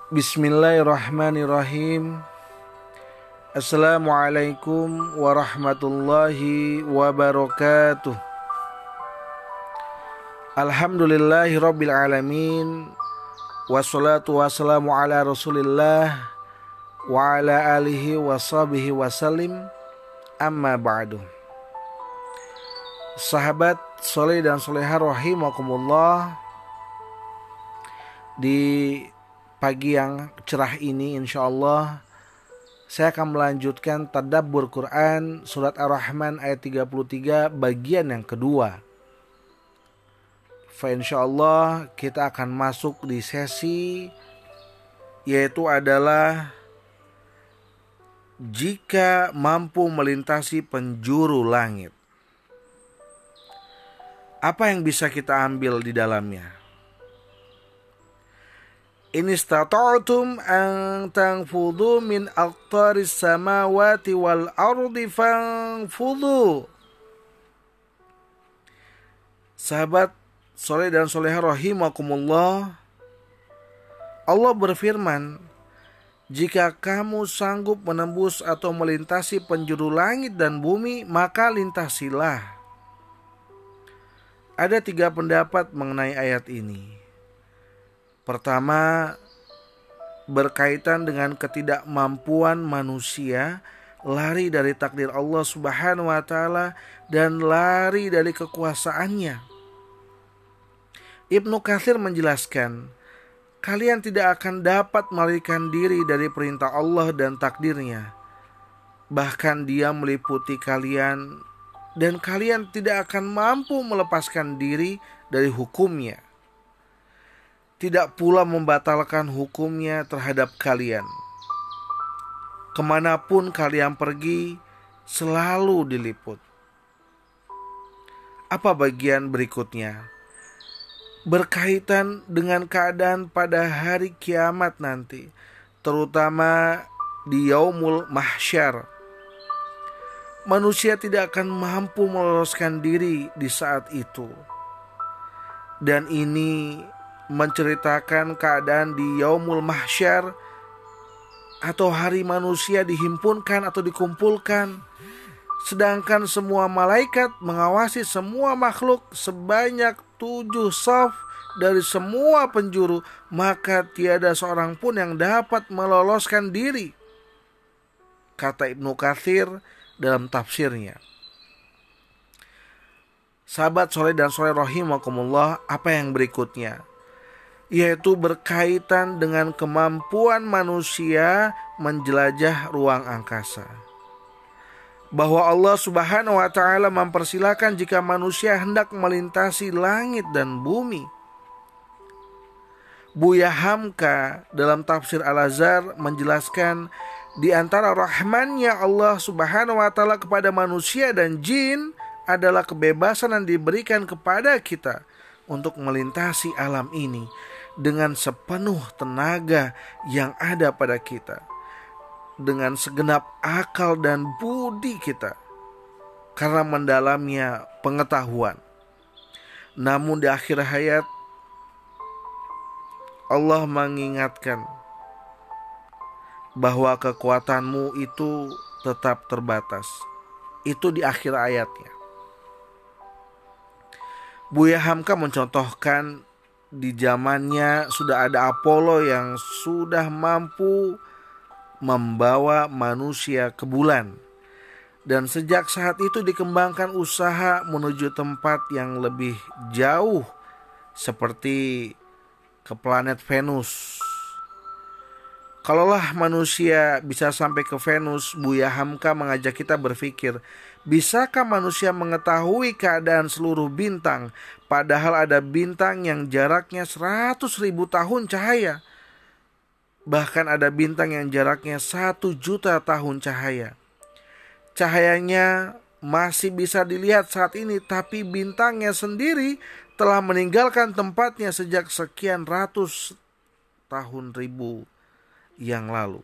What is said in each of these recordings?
Bismillahirrahmanirrahim. Assalamualaikum warahmatullahi wabarakatuh. Alhamdulillahi rabbil alamin. Wassalatu wassalamu ala rasulillah wa ala alihi wa sahbihi wasallim. Amma ba'du. Sahabat soleh dan soleha rahimakumullah, di pagi yang cerah ini insyaallah saya akan melanjutkan tadabbur Quran surat Ar-Rahman ayat 33 bagian yang kedua. Insyaallah kita akan masuk di sesi yaitu adalah jika mampu melintasi penjuru langit. Apa yang bisa kita ambil di dalamnya? In istata'tum an tanfudhu min aqtaris samawati wal ardi fanfudhu. Sahabat soleh dan soleha rahimakumullah, Allah berfirman, jika kamu sanggup menembus atau melintasi penjuru langit dan bumi, maka lintasilah. Ada 3 pendapat mengenai ayat ini. Pertama, berkaitan dengan ketidakmampuan manusia lari dari takdir Allah Subhanahu wa taala dan lari dari kekuasaannya. Ibnu Katsir menjelaskan, kalian tidak akan dapat melarikan diri dari perintah Allah dan takdirnya. Bahkan dia meliputi kalian dan kalian tidak akan mampu melepaskan diri dari hukumnya. Tidak pula membatalkan hukumnya terhadap kalian. Kemanapun kalian pergi, selalu diliput. Apa bagian berikutnya? Berkaitan dengan keadaan pada hari kiamat nanti, terutama di yaumul mahsyar. Manusia tidak akan mampu meloloskan diri di saat itu. Dan ini menceritakan keadaan di yaumul mahsyar atau hari manusia dihimpunkan atau dikumpulkan, sedangkan semua malaikat mengawasi semua makhluk sebanyak 7 shaf dari semua penjuru, maka tiada seorang pun yang dapat meloloskan diri, kata Ibnu Katsir dalam tafsirnya. Sahabat soleh dan soleh rahimakumullah, apa yang berikutnya? Yaitu berkaitan dengan kemampuan manusia menjelajah ruang angkasa. Bahwa Allah Subhanahu wa taala mempersilahkan jika manusia hendak melintasi langit dan bumi. Buya Hamka dalam tafsir Al-Azhar menjelaskan, di antara rahmannya Allah Subhanahu wa taala kepada manusia dan jin adalah kebebasan yang diberikan kepada kita untuk melintasi alam ini dengan sepenuh tenaga yang ada pada kita, dengan segenap akal dan budi kita, karena mendalamnya pengetahuan. Namun di akhir hayat Allah mengingatkan bahwa kekuatanmu itu tetap terbatas. Itu di akhir ayatnya. Buya Hamka mencontohkan di zamannya sudah ada Apollo yang sudah mampu membawa manusia ke bulan. Dan sejak saat itu dikembangkan usaha menuju tempat yang lebih jauh seperti ke planet Venus. Kalaulah manusia bisa sampai ke Venus, Buya Hamka mengajak kita berpikir, bisakah manusia mengetahui keadaan seluruh bintang, padahal ada bintang yang jaraknya 100.000 tahun cahaya. Bahkan ada bintang yang jaraknya 1 juta tahun cahaya. Cahayanya masih bisa dilihat saat ini, tapi bintangnya sendiri telah meninggalkan tempatnya sejak sekian ratus tahun ribu yang lalu.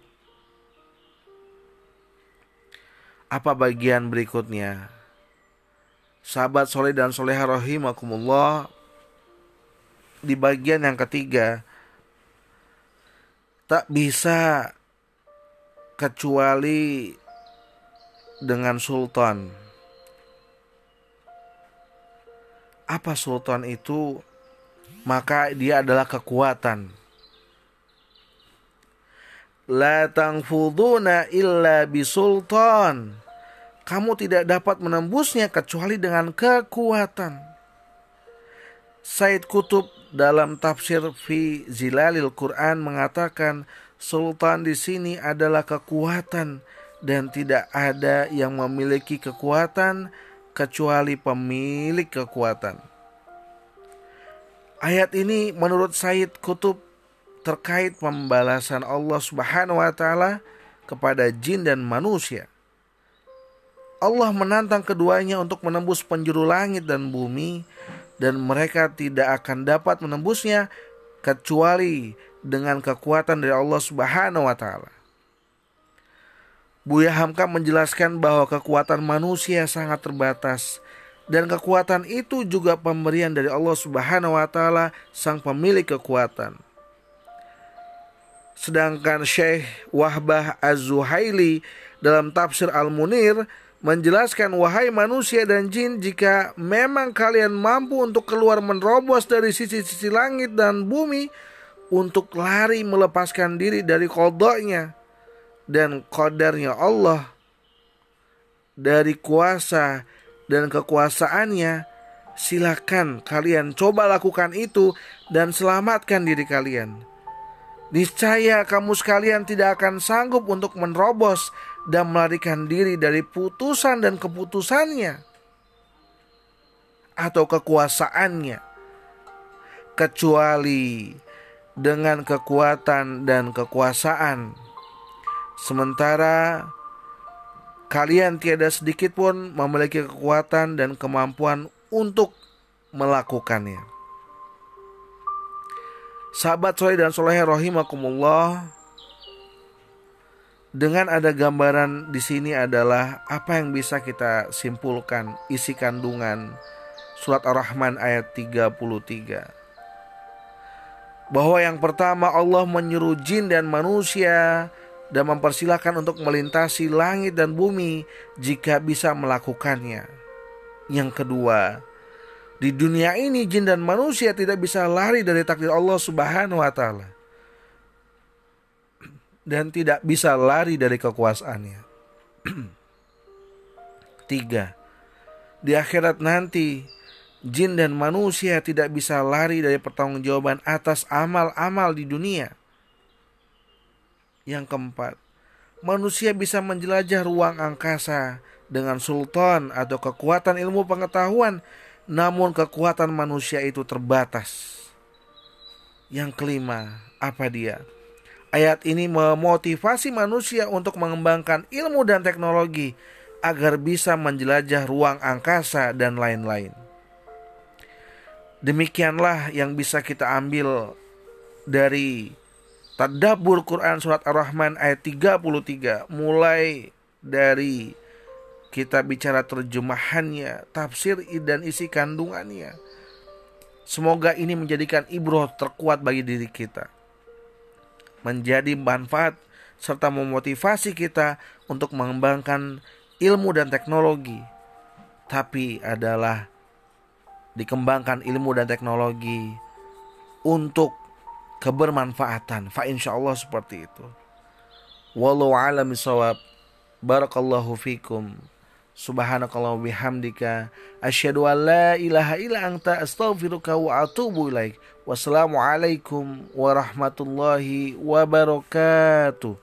Apa bagian berikutnya? Sahabat soleh dan soleha rahimakumullah, di bagian yang ketiga, tak bisa kecuali dengan sultan. Apa sultan itu? Maka dia adalah kekuatan. La tanfuduna illa bisultan. Kamu tidak dapat menembusnya kecuali dengan kekuatan. Said Qutb dalam tafsir Fi Zilalil Quran mengatakan sultan di sini adalah kekuatan dan tidak ada yang memiliki kekuatan kecuali pemilik kekuatan. Ayat ini menurut Said Qutb terkait pembalasan Allah Subhanahu wa taala kepada jin dan manusia. Allah menantang keduanya untuk menembus penjuru langit dan bumi, dan mereka tidak akan dapat menembusnya kecuali dengan kekuatan dari Allah Subhanahu wa taala. Buya Hamka menjelaskan bahwa kekuatan manusia sangat terbatas, dan kekuatan itu juga pemberian dari Allah Subhanahu wa taala, sang pemilik kekuatan. Sedangkan Syekh Wahbah Az-Zuhaili dalam tafsir Al-Munir menjelaskan, wahai manusia dan jin, jika memang kalian mampu untuk keluar menerobos dari sisi-sisi langit dan bumi untuk lari melepaskan diri dari qadanya dan qadarnya Allah, dari kuasa dan kekuasaannya, silakan kalian coba lakukan itu dan selamatkan diri kalian. Niscaya kamu sekalian tidak akan sanggup untuk menerobos dan melarikan diri dari putusan dan keputusannya atau kekuasaannya, kecuali dengan kekuatan dan kekuasaan. Sementara kalian tiada sedikit pun memiliki kekuatan dan kemampuan untuk melakukannya. Sahabat soleh dan solehah rahimakumullah, dengan ada gambaran di sini adalah apa yang bisa kita simpulkan isi kandungan surat Ar-Rahman ayat 33. Bahwa yang pertama, Allah menyuruh jin dan manusia dan mempersilahkan untuk melintasi langit dan bumi jika bisa melakukannya. Yang kedua, di dunia ini jin dan manusia tidak bisa lari dari takdir Allah Subhanahu wa taala dan tidak bisa lari dari kekuasaannya. 3. Di akhirat nanti jin dan manusia tidak bisa lari dari pertanggungjawaban atas amal-amal di dunia. Yang keempat, manusia bisa menjelajah ruang angkasa dengan sultan atau kekuatan ilmu pengetahuan, namun kekuatan manusia itu terbatas. Yang kelima, apa dia? Ayat ini memotivasi manusia untuk mengembangkan ilmu dan teknologi agar bisa menjelajah ruang angkasa dan lain-lain. Demikianlah yang bisa kita ambil dari tadabbur Quran surat Ar-Rahman ayat 33, mulai dari kita bicara terjemahannya, tafsir dan isi kandungannya. Semoga ini menjadikan ibrah terkuat bagi diri kita, menjadi manfaat serta memotivasi kita untuk mengembangkan ilmu dan teknologi. Tapi adalah dikembangkan ilmu dan teknologi untuk kebermanfaatan. Fa insyaallah seperti itu. Wallahu a'lam bishawab. Barakallahu fikum. Subhanakallah bihamdika asyhadu an la ilaha illa anta astaghfiruka wa atubu ilaik. Wassalamualaikum warahmatullahi wabarakatuh.